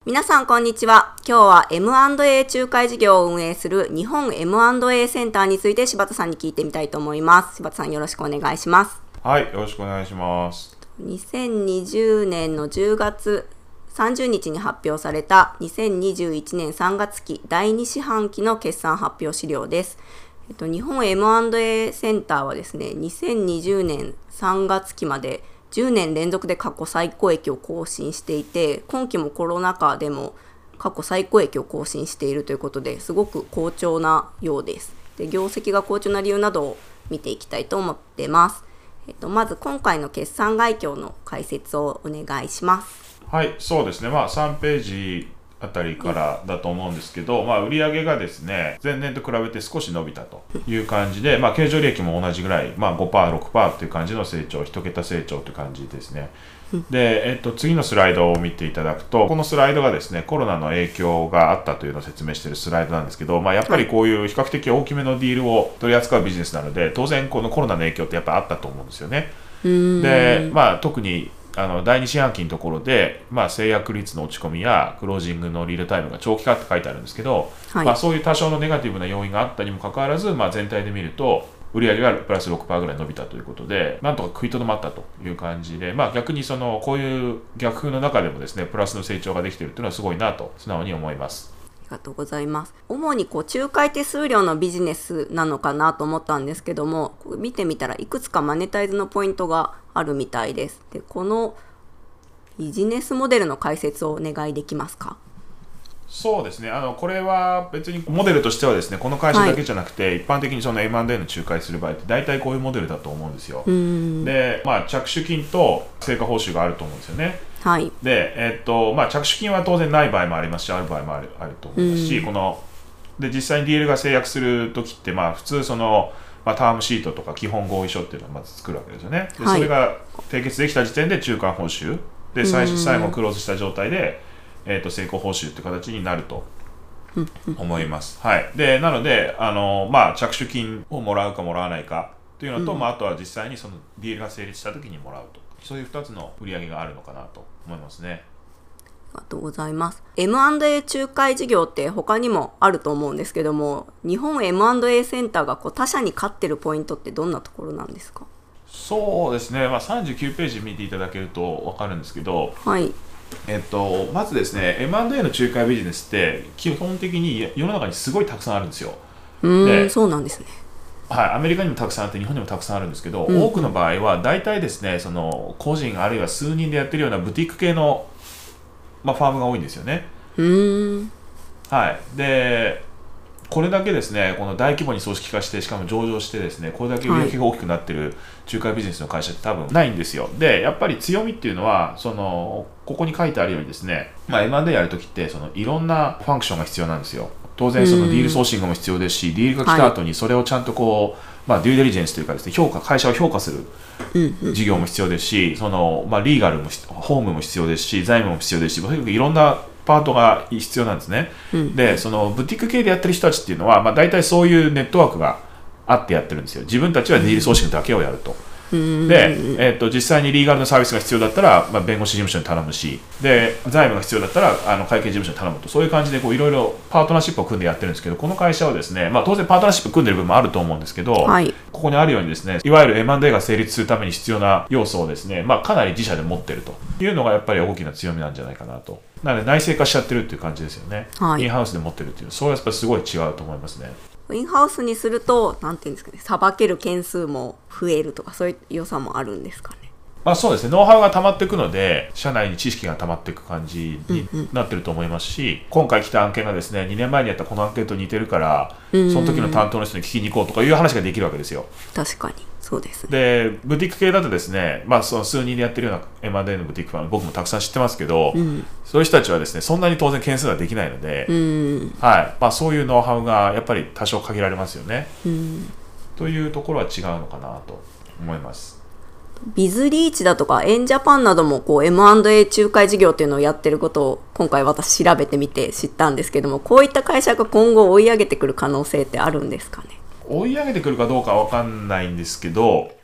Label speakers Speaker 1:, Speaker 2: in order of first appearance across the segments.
Speaker 1: 皆さんこんにちは。今日は M&A 仲介事業を運営する日本 M&A センターについて柴田さんに聞いてみたいと思います。柴田さんよろしくお願いします。
Speaker 2: はい、よろしくお願いします。
Speaker 1: 2020年の10月30日に発表された2021年3月期第2四半期の決算発表資料です。日本 M&A センターはですね、2020年3月期まで10年連続で過去最高益を更新していて、今期もコロナ禍でも過去最高益を更新しているということで、すごく好調なようです。で、業績が好調な理由などを見ていきたいと思ってます。まず今回の決算概況の解説をお願いします。
Speaker 2: はい、そうですね。3ページあたりからだと思うんですけど、売上がですね、前年と比べて少し伸びたという感じで、経常利益も同じぐらい、5%、6% という感じの成長、1桁成長という感じですね。で、次のスライドを見ていただくと、このスライドがですね、コロナの影響があったというのを説明しているスライドなんですけど、やっぱりこういう比較的大きめのディールを取り扱うビジネスなので、当然このコロナの影響ってやっぱあったと思うんですよね。で、特に第2四半期のところで、制約率の落ち込みやクロージングのリードタイムが長期化って書いてあるんですけど、そういう多少のネガティブな要因があったにもかかわらず、全体で見ると売上がプラス 6% ぐらい伸びたということで、なんとか食いとどまったという感じで、逆にこういう逆風の中でもですね、プラスの成長ができているというのはすごいなと素直に思います。
Speaker 1: ありがとうございます。主に仲介手数料のビジネスなのかなと思ったんですけども、見てみたらいくつかマネタイズのポイントがあるみたいです。で、このビジネスモデルの解説をお願いできますか？
Speaker 2: そうですね。これは別にモデルとしてはですね、この会社だけじゃなくて、一般的にその M&A の仲介する場合って大体こういうモデルだと思うんですよ。で、着手金と成果報酬があると思うんですよね。
Speaker 1: はい。
Speaker 2: で、着手金は当然ない場合もありますし、ある場合もあると思いますし、で実際にディールが制約するときって、普通タームシートとか基本合意書っていうのをまず作るわけですよね。で、それが締結できた時点で中間報酬で最後クローズした状態で、成功報酬って形になると思います。はい。で、なので、着手金をもらうかもらわないかというのと、あとは実際にそのディールが成立した時にもらうと。そういう2つの売り上げがあるのかなと思いますね。
Speaker 1: ありがとうございます。M&A 仲介事業って他にもあると思うんですけども、日本 M&A センターが他社に勝ってるポイントってどんなところなんですか？
Speaker 2: そうですね、39ページ見ていただけると分かるんですけど、
Speaker 1: はい。
Speaker 2: まずですね、M&A の仲介ビジネスって基本的に世の中にすごいたくさんあるんですよ。
Speaker 1: そうなんですね。
Speaker 2: はい、アメリカにもたくさんあって日本にもたくさんあるんですけど、多くの場合は大体ですね、その個人あるいは数人でやってるようなブティック系の、ファームが多いんですよね。はい。で、これだけですね、この大規模に組織化して、しかも上場してですね、これだけ売り上げが大きくなってる仲介ビジネスの会社って多分ないんですよ。で、やっぱり強みっていうのは、ここに書いてあるようにですね、M&A やるときって、いろんなファンクションが必要なんですよ。当然、ディールソーシングも必要ですし、ディールが来た後にそれをちゃんとデューデリジェンスというかですね、会社を評価する事業も必要ですし、リーガルも、法務も必要ですし、財務も必要ですし、いろんなパートが必要なんですね。で、ブティック系でやってる人たちっていうのは、大体そういうネットワークがあってやってるんですよ。自分たちはディールソーシングだけをやると。で、実際にリーガルのサービスが必要だったら、弁護士事務所に頼むし、で、財務が必要だったら会計事務所に頼むと、そういう感じでいろいろパートナーシップを組んでやってるんですけど、この会社はですね、当然パートナーシップ組んでる部分もあると思うんですけど、ここにあるようにですね、いわゆる M&A が成立するために必要な要素をですね、かなり自社で持ってるというのがやっぱり大きな強みなんじゃないかなと。なので内製化しちゃってるっていう感じですよね。インハウスで持ってるっていう、そうやっぱりすごい違うと思いますね。
Speaker 1: インハウスにすると、なんていうんですかね、さばける件数も増えるとか、そういう良さもあるんですかね。
Speaker 2: そうですね、ノウハウが溜まっていくので、社内に知識が溜まっていく感じになってると思いますし、今回来た案件がですね、2年前にやったこの案件と似てるから、その時の担当の人に聞きに行こうとかいう話ができるわけですよ。
Speaker 1: 確かに、そうですね。
Speaker 2: で、ブティック系だとですね、その数人でやってるような M&A のブティックファン、僕もたくさん知ってますけど、そういう人たちはですね、そんなに当然件数ができないので、そういうノウハウがやっぱり多少限られますよね。というところは違うのかなと思います。
Speaker 1: ビズリーチだとかエンジャパンなどもM&A 仲介事業っていうのをやってることを今回私調べてみて知ったんですけども、こういった会社が今後追い上げてくる可能性ってあるんですかね？
Speaker 2: 追い上げてくるかどうかは分かんないんですけど、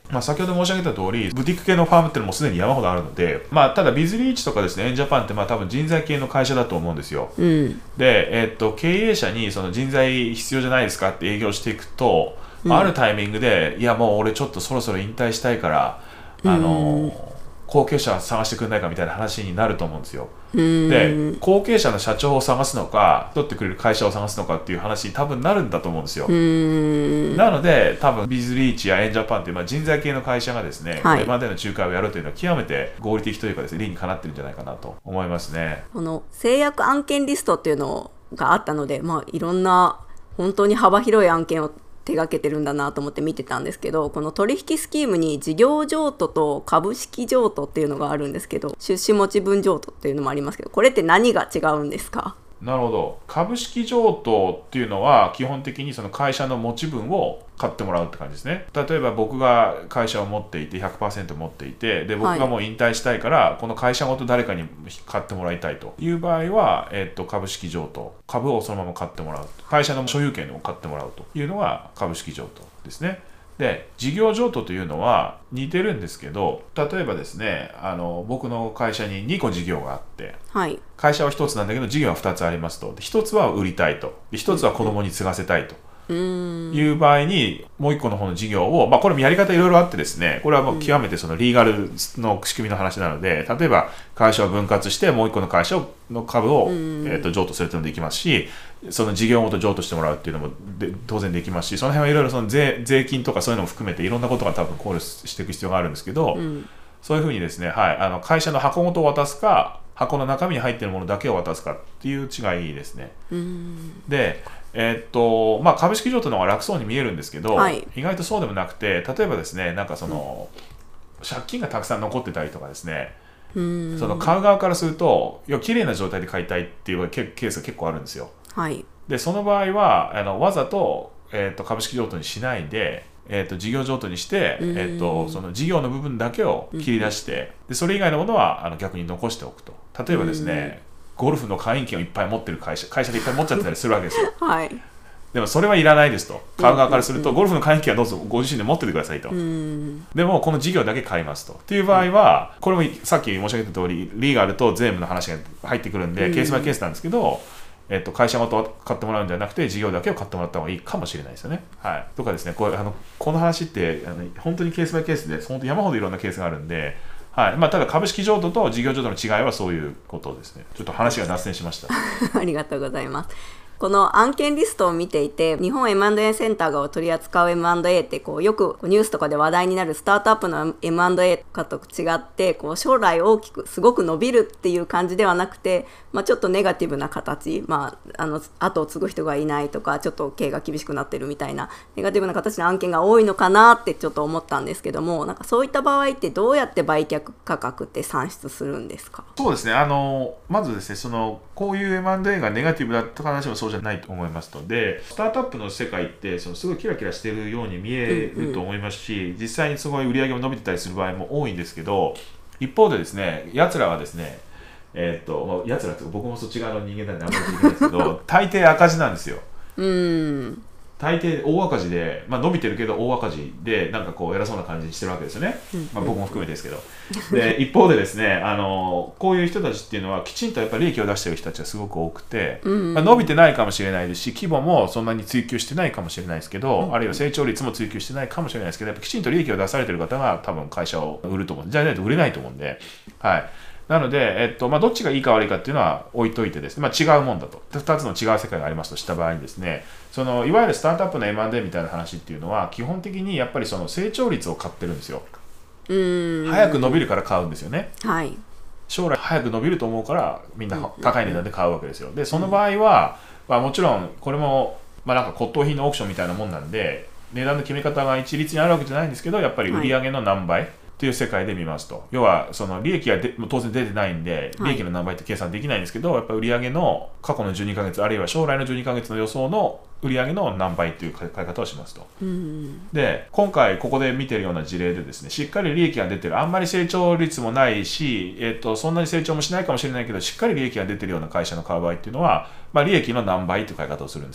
Speaker 2: 先ほど申し上げた通り、ブティック系のファームっていうのもすでに山ほどあるので、ただビズリーチとかですね、エンジャパンって多分人材系の会社だと思うんですよ。で、経営者にその人材必要じゃないですかって営業していくと、あるタイミングで、いやもう俺ちょっとそろそろ引退したいから、後継者探してくれないかみたいな話になると思うんですよ。で、後継者の社長を探すのか取ってくれる会社を探すのかっていう話に多分なるんだと思うんですよ。なので多分ビズリーチやエンジャパンっていう人材系の会社がですね、M&A の仲介をやるというのは極めて合理的というかですね、理にかなってるんじゃないかなと思いますね。
Speaker 1: この制約案件リストっていうのがあったので、いろんな本当に幅広い案件を手掛けてるんだなと思って見てたんですけど、この取引スキームに事業譲渡と株式譲渡っていうのがあるんですけど、出資持ち分譲渡っていうのもありますけど、これって何が違うんですか？
Speaker 2: なるほど。株式譲渡っていうのは基本的にその会社の持ち分を買ってもらうって感じですね。例えば僕が会社を持っていて 100% 持っていて、で僕がもう引退したいから、この会社ごと誰かに買ってもらいたいという場合は、株式譲渡、株をそのまま買ってもらう、会社の所有権を買ってもらうというのが株式譲渡ですね。で、事業譲渡というのは似てるんですけど、例えばですね、僕の会社に2個事業があって、会社は1つなんだけど事業は2つありますと。1つは売りたいと、1つは子供に継がせたいという場合に、もう1個の方の事業を、これもやり方いろいろあってですね、これはもう極めてそのリーガルの仕組みの話なので、例えば会社を分割してもう1個の会社の株を、譲渡するというのもできますし、その事業ごと譲渡してもらうっていうのも当然できますし、その辺はいろいろその税金とかそういうのも含めていろんなことが多分考慮していく必要があるんですけど、そういうふうにですね、会社の箱ごと渡すか、箱の中身に入っているものだけを渡すかっていう違いですね。で、株式譲渡の方が楽そうに見えるんですけど、意外とそうでもなくて、例えばですね、なんかその、借金がたくさん残ってたりとかですね、その買う側からすると綺麗な状態で買いたいっていうケースが結構あるんですよ。でその場合はわざと、株式譲渡にしないで、事業譲渡にして、その事業の部分だけを切り出して、でそれ以外のものは逆に残しておくと。例えばですね、ゴルフの会員権をいっぱい持ってる会社でいっぱい持っちゃってたりするわけですよ。でもそれはいらないですと。買う側からすると、ゴルフの会員権はどうぞご自身で持っててくださいと。でもこの事業だけ買いますと。っていう場合は、これもさっき申し上げた通り、リーガルと税務の話が入ってくるんで、ケースバイケースなんですけど、会社ごと買ってもらうんじゃなくて、事業だけを買ってもらった方がいいかもしれないですよね。とかですね、この話って本当にケースバイケースで、本当に山ほどいろんなケースがあるんで、ただ株式譲渡と事業譲渡の違いはそういうことですね。ちょっと話が脱線しました。
Speaker 1: ありがとうございます。この案件リストを見ていて、日本 M&A センターが取り扱う M&A ってよくニュースとかで話題になるスタートアップの M&A かと違って、将来大きくすごく伸びるっていう感じではなくて、ちょっとネガティブな形、後を継ぐ人がいないとか、ちょっと経営が厳しくなってるみたいなネガティブな形の案件が多いのかなってちょっと思ったんですけども、なんかそういった場合ってどうやって売却価格って算出するんですか？
Speaker 2: そうですね、まずですね、こういう M&A がネガティブだった話もそうじゃないと思いますので、スタートアップの世界ってすごいキラキラしてるように見えると思いますし、実際にすごい売り上げも伸びてたりする場合も多いんですけど、一方でですね、やつらはですね、やつらって僕もそっち側の人間なんであんまり聞いてないですけど、大抵赤字なんですよ。大抵大赤字で、伸びてるけど大赤字でなんか偉そうな感じにしてるわけですよね。僕も含めてですけど。で一方でですね、こういう人たちっていうのはきちんとやっぱり利益を出してる人たちがすごく多くて、伸びてないかもしれないですし、規模もそんなに追求してないかもしれないですけど、あるいは成長率も追求してないかもしれないですけど、やっぱきちんと利益を出されてる方が多分会社を売ると思う。じゃないと売れないと思うんで、なので、どっちがいいか悪いかっていうのは置いといてですね、違うもんだと。2つの違う世界がありますとした場合にですね、いわゆるスタートアップの M&A みたいな話っていうのは、基本的にやっぱりその成長率を買ってるんですよ。早く伸びるから買うんですよね。将来早く伸びると思うから、みんな高い値段で買うわけですよ。で、その場合は、もちろん、これも、なんか骨董品のオークションみたいなもんなんで、値段の決め方が一律にあるわけじゃないんですけど、やっぱり売上の何倍、っていう世界で見ますと、要はその利益が当然出てないんで、利益の何倍って計算できないんですけど、やっぱり売上の過去の12ヶ月あるいは将来の12ヶ月の予想の売上の何倍という買い方をしますと。で今回ここで見てるような事例でですね、しっかり利益が出てる、あんまり成長率もないし、そんなに成長もしないかもしれないけど、しっかり利益が出てるような会社の買う場合っていうのは、利益の何倍という買い方をするんですよ。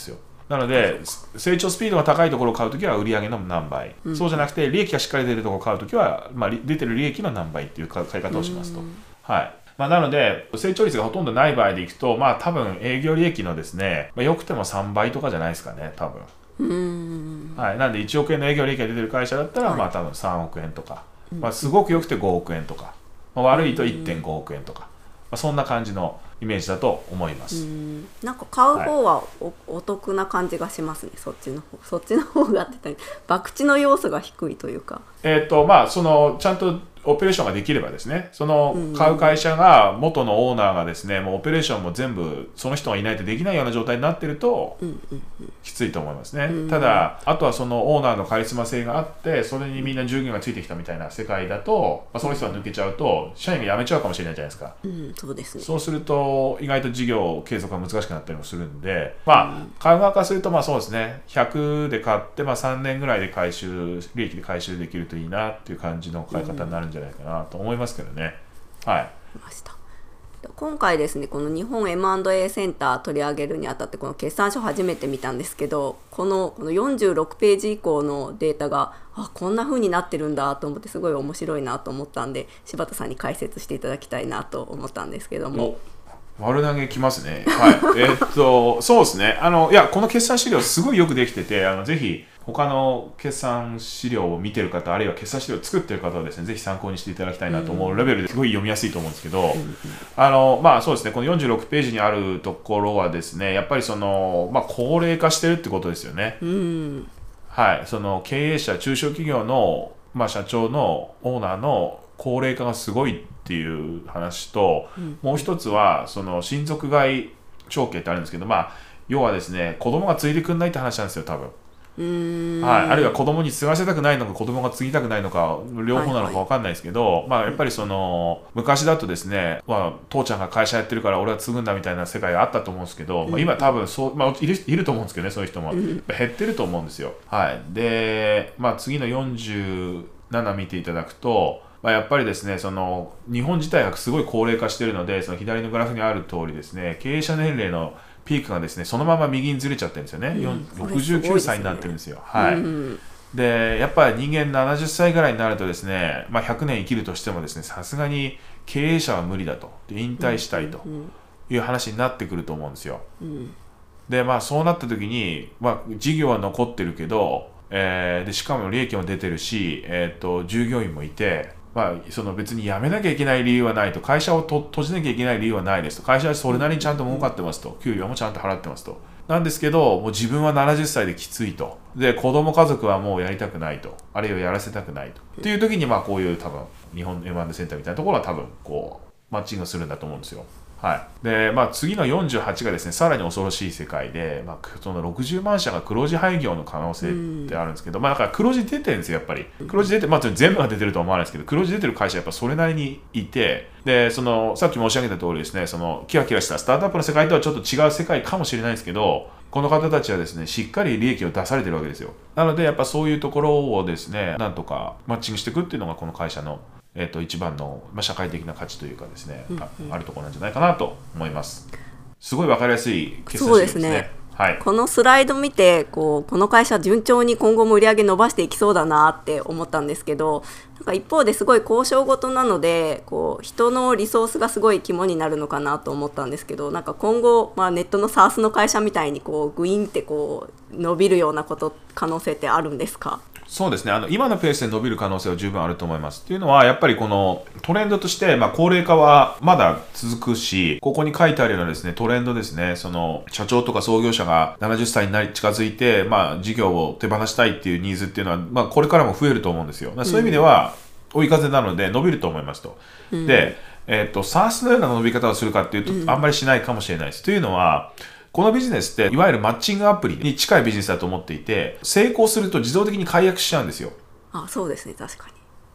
Speaker 2: なので成長スピードが高いところを買うときは売上の何倍、そうじゃなくて利益がしっかり出るところを買うときは、出てる利益の何倍っていう買い方をしますと。はい。なので成長率がほとんどない場合でいくと、多分営業利益のですね、よくても3倍とかじゃないですかね、多分。はい。なんで1億円の営業利益が出てる会社だったら、多分3億円とか、すごく良くて5億円とか、悪いと 1.5 億円とか、そんな感じのイメージだと思います。
Speaker 1: なんか買う方はお得な感じがしますね、そっちの方がって言ったら博打の要素が低いというか。
Speaker 2: そのちゃんとオペレーションができればですね、その買う会社が元のオーナーがですね、もうオペレーションも全部その人がいないとできないような状態になってるときついと思いますね。ただあとはそのオーナーのカリスマ性があって、それにみんな従業員がついてきたみたいな世界だと、その人が抜けちゃうと社員が辞めちゃうかもしれないじゃないですか。
Speaker 1: そうですね。
Speaker 2: そうすると意外と事業継続が難しくなったりもするんで、買う側からするとそうですね、100で買って3年ぐらいで利益で回収できるといいなっていう感じの買い方になるんじゃないかなと思いますけどね。はい。
Speaker 1: 今回ですね、この日本 M&A センター取り上げるにあたってこの決算書初めて見たんですけど、この46ページ以降のデータがこんな風になってるんだと思って、すごい面白いなと思ったんで、柴田さんに解説していただきたいなと思ったんですけども。
Speaker 2: 丸投げきますね。はい。そうですね。いや、この決算資料すごいよくできてて、ぜひ他の決算資料を見てる方、あるいは決算資料を作ってる方はですね、ぜひ参考にしていただきたいなと思うレベルですごい読みやすいと思うんですけど、そうですね、この46ページにあるところはですね、やっぱり高齢化してるってことですよね。はい。その経営者、中小企業の、社長のオーナーの高齢化がすごいっていう話と、もう一つはその親族外承継ってあるんですけど、要はですね、子供が継いでくんないって話なんですよ、多分。はい、あるいは子供に継がせたくないのか子供が継ぎたくないのか両方なのか分かんないですけど、やっぱりその昔だとですね、父ちゃんが会社やってるから俺は継ぐんだみたいな世界があったと思うんですけど、今多分そう、いると思うんですけどね、そういう人も減ってると思うんですよ。はい。で、次の47見ていただくと、やっぱりですね、その日本自体がすごい高齢化しているので、その左のグラフにある通りですね、経営者年齢のピークがですね、そのまま右にずれちゃってるんですよね。69歳になってるんですよ。はい。で、やっぱり人間70歳ぐらいになるとですね、100年生きるとしてもですね、さすがに経営者は無理だと。で、引退したいという話になってくると思うんですよ。で、そうなった時に、事業は残ってるけど、でしかも利益も出てるし、従業員もいて、その別に辞めなきゃいけない理由はないと、会社を閉じなきゃいけない理由はないですと、会社はそれなりにちゃんと儲かってますと、給料もちゃんと払ってますと。なんですけど、もう自分は70歳できついと。で、子供家族はもうやりたくないと。あるいはやらせたくないと。っていう時に、こういう多分、日本 M&A センターみたいなところは多分、マッチングするんだと思うんですよ。はい。で、次の48がですね、さらに恐ろしい世界で、その60万社が黒字廃業の可能性ってあるんですけど、だから黒字出てるんですよ、やっぱり。黒字出て、全部が出てるとは思わないですけど、黒字出てる会社はやっぱそれなりにいて、で、さっき申し上げた通りですね、キラキラしたスタートアップの世界とはちょっと違う世界かもしれないですけど、この方たちはですね、しっかり利益を出されてるわけですよ。なので、やっぱそういうところをですね、なんとかマッチングしていくっていうのがこの会社の一番の、社会的な価値というかですね、あるところなんじゃないかなと思います。すごい分かりやすい決算資料ですね。そうですね。はい、
Speaker 1: このスライド見てこの会社順調に今後も売り上げ伸ばしていきそうだなって思ったんですけど、なんか一方ですごい交渉ごとなので人のリソースがすごい肝になるのかなと思ったんですけど、なんか今後、ネットの SaaS の会社みたいにグイーンって伸びるような可能性ってあるんですか？
Speaker 2: そうですね、今のペースで伸びる可能性は十分あると思います。というのはやっぱりこのトレンドとして、高齢化はまだ続くし、ここに書いてあるようなですねトレンドですね、その社長とか創業者が70歳になり近づいて、事業を手放したいっていうニーズっていうのは、これからも増えると思うんですよ。そういう意味では追い風なので伸びると思いますと。で、SaaS のような伸び方をするかっていうと、あんまりしないかもしれないです。というのはこのビジネスっていわゆるマッチングアプリに近いビジネスだと思っていて、成功すると自動的に解約しちゃうんですよ。
Speaker 1: そうですね、確かに。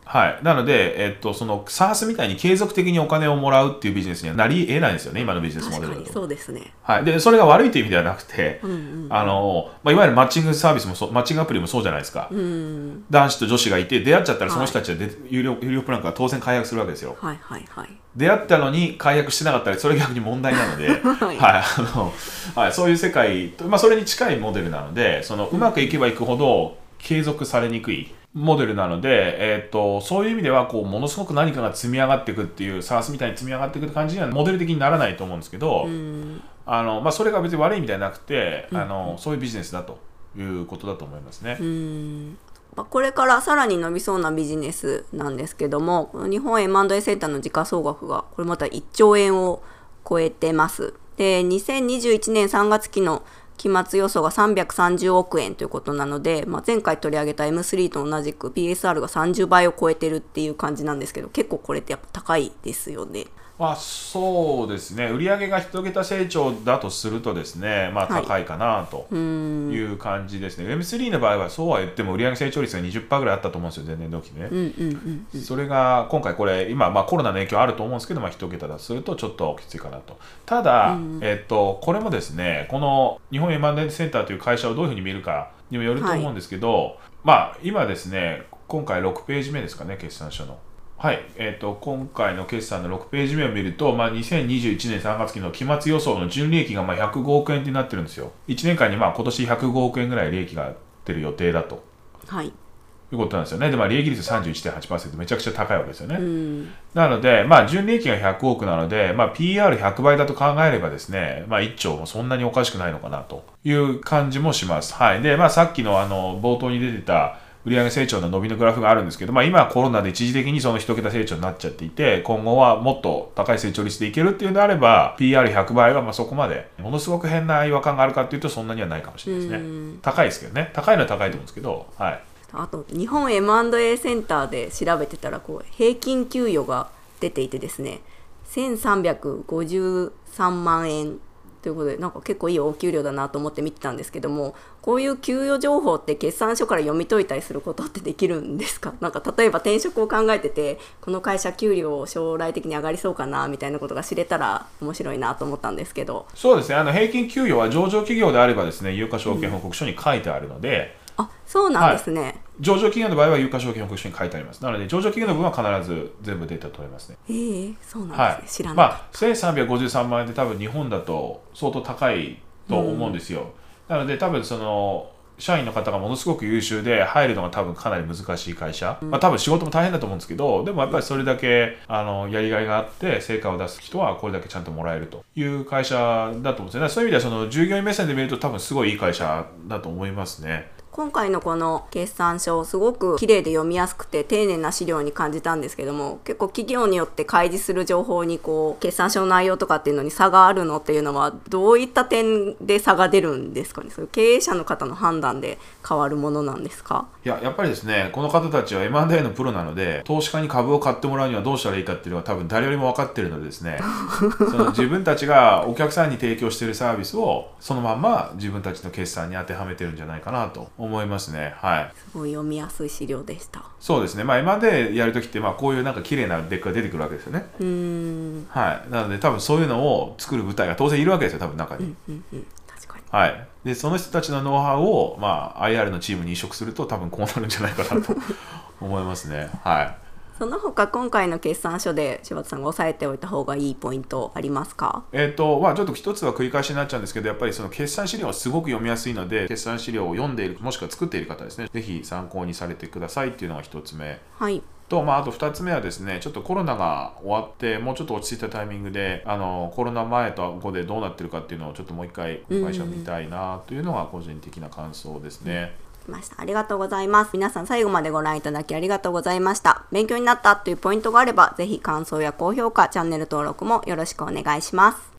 Speaker 2: はい。なので、その SaaS みたいに継続的にお金をもらうっていうビジネスにはなり得ないんですよね、今のビジネスモデルだと。
Speaker 1: 確かにそうですね。
Speaker 2: はい。で、それが悪いという意味ではなくて、いわゆるマッチングサービスもそう、マッチングアプリもそうじゃないですか。男子と女子がいて、出会っちゃったらその人たちは有料プランから当然解約するわけですよ。
Speaker 1: はいはいはい。
Speaker 2: 出会ったのに解約してなかったらそれ逆に問題なので、はい、そういう世界と、それに近いモデルなので、そのうまくいけばいくほど継続されにくいモデルなので、そういう意味ではこうものすごく何かが積み上がっていくっていう SaaS みたいに積み上がっていく感じにはモデル的にならないと思うんですけど、それが別に悪い意味ではなくて、そういうビジネスだということだと思いますね。
Speaker 1: これからさらに伸びそうなビジネスなんですけども、この日本 M&A センターの時価総額がこれまた1兆円を超えてます。で、2021年3月期の期末予想が330億円ということなので、前回取り上げた M3 と同じく PSR が30倍を超えてるっていう感じなんですけど、結構これってやっぱ高いですよね。
Speaker 2: そうですね、売上が1桁成長だとするとですね、高いかなという感じですね。M3 の場合はそうは言っても売上成長率が 20% ぐらいあったと思うんですよ、前年同期ね。それが今回これ今、コロナの影響あると思うんですけど、1桁だとするとちょっときついかなと。ただ、これもですね、この日本 M&A センターという会社をどういうふうに見るかにもよると思うんですけど、今ですね、今回6ページ目ですかね、決算書の。はい、今回の決算の6ページ目を見ると、2021年3月期の期末予想の純利益が105億円になってるんですよ。1年間に今年105億円ぐらい利益が出る予定だと、いうことなんですよね。で、利益率 31.8%、めちゃくちゃ高いわけですよね。なので、純利益が100億なので、PR100 倍だと考えればですね、1兆もそんなにおかしくないのかなという感じもします。はい。で、さっきの冒頭に出てた売上成長の伸びのグラフがあるんですけど、今はコロナで一時的にその一桁成長になっちゃっていて、今後はもっと高い成長率でいけるっていうのであれば、PR100 倍はそこまでものすごく変な違和感があるかっていうとそんなにはないかもしれないですね。高いですけどね。高いのは高いと思うんですけど、はい。
Speaker 1: あと日本 M&A センターで調べてたら平均給与が出ていてですね、1353万円ということで、なんか結構いいお給料だなと思って見てたんですけども、こういう給与情報って決算書から読み解いたりすることってできるんですか？なんか例えば転職を考えてて、この会社給料将来的に上がりそうかなみたいなことが知れたら面白いなと思ったんですけど。
Speaker 2: そうですね、平均給与は上場企業であればですね、有価証券報告書に書いてあるので、
Speaker 1: そうなんですね。
Speaker 2: 上場企業の場合は有価証券報告書に書いてあります。なので上場企業の分は必ず全部データ取れますね。
Speaker 1: そうなんですね。知らなかった。
Speaker 2: 1353万円って多分日本だと相当高いと思うんですよ。なので多分その社員の方がものすごく優秀で入るのが多分かなり難しい会社、多分仕事も大変だと思うんですけど、でもやっぱりそれだけやりがいがあって成果を出す人はこれだけちゃんともらえるという会社だと思うんですよね。そういう意味ではその従業員目線で見ると多分すごいいい会社だと思いますね。
Speaker 1: 今回のこの決算書すごく綺麗で読みやすくて丁寧な資料に感じたんですけども、結構企業によって開示する情報に決算書の内容とかっていうのに差があるのっていうのはどういった点で差が出るんですかね？それ経営者の方の判断で変わるものなんですか？
Speaker 2: やっぱりですね、この方たちは M&A のプロなので、投資家に株を買ってもらうにはどうしたらいいかっていうのは多分誰よりも分かっているのでですねその自分たちがお客さんに提供しているサービスをそのまんま自分たちの決算に当てはめてるんじゃないかなと思いますね。はい。
Speaker 1: すごい読みやすい資料でした。
Speaker 2: そうですね。M&A やるときってこういうなんか綺麗なデックが出てくるわけですよね。はい。なので多分そういうのを作る部隊が当然いるわけですよ、多分中に。
Speaker 1: 確かに。
Speaker 2: はい。でその人たちのノウハウをIR のチームに移植すると多分こうなるんじゃないかなと思いますね。はい。
Speaker 1: その他今回の決算書で柴田さんが押さえておいた方がいいポイントありますか？
Speaker 2: ちょっと一つは繰り返しになっちゃうんですけど、やっぱりその決算資料はすごく読みやすいので、決算資料を読んでいるもしくは作っている方ですね、ぜひ参考にされてくださいっていうのが一つ目。
Speaker 1: はい。
Speaker 2: とあと2つ目はですね、ちょっとコロナが終わってもうちょっと落ち着いたタイミングでコロナ前と後でどうなってるかっていうのをちょっともう一回会社を見たいなというのが個人的な感想ですね。
Speaker 1: ありがとうございます。皆さん最後までご覧いただきありがとうございました。勉強になったというポイントがあればぜひ感想や高評価、チャンネル登録もよろしくお願いします。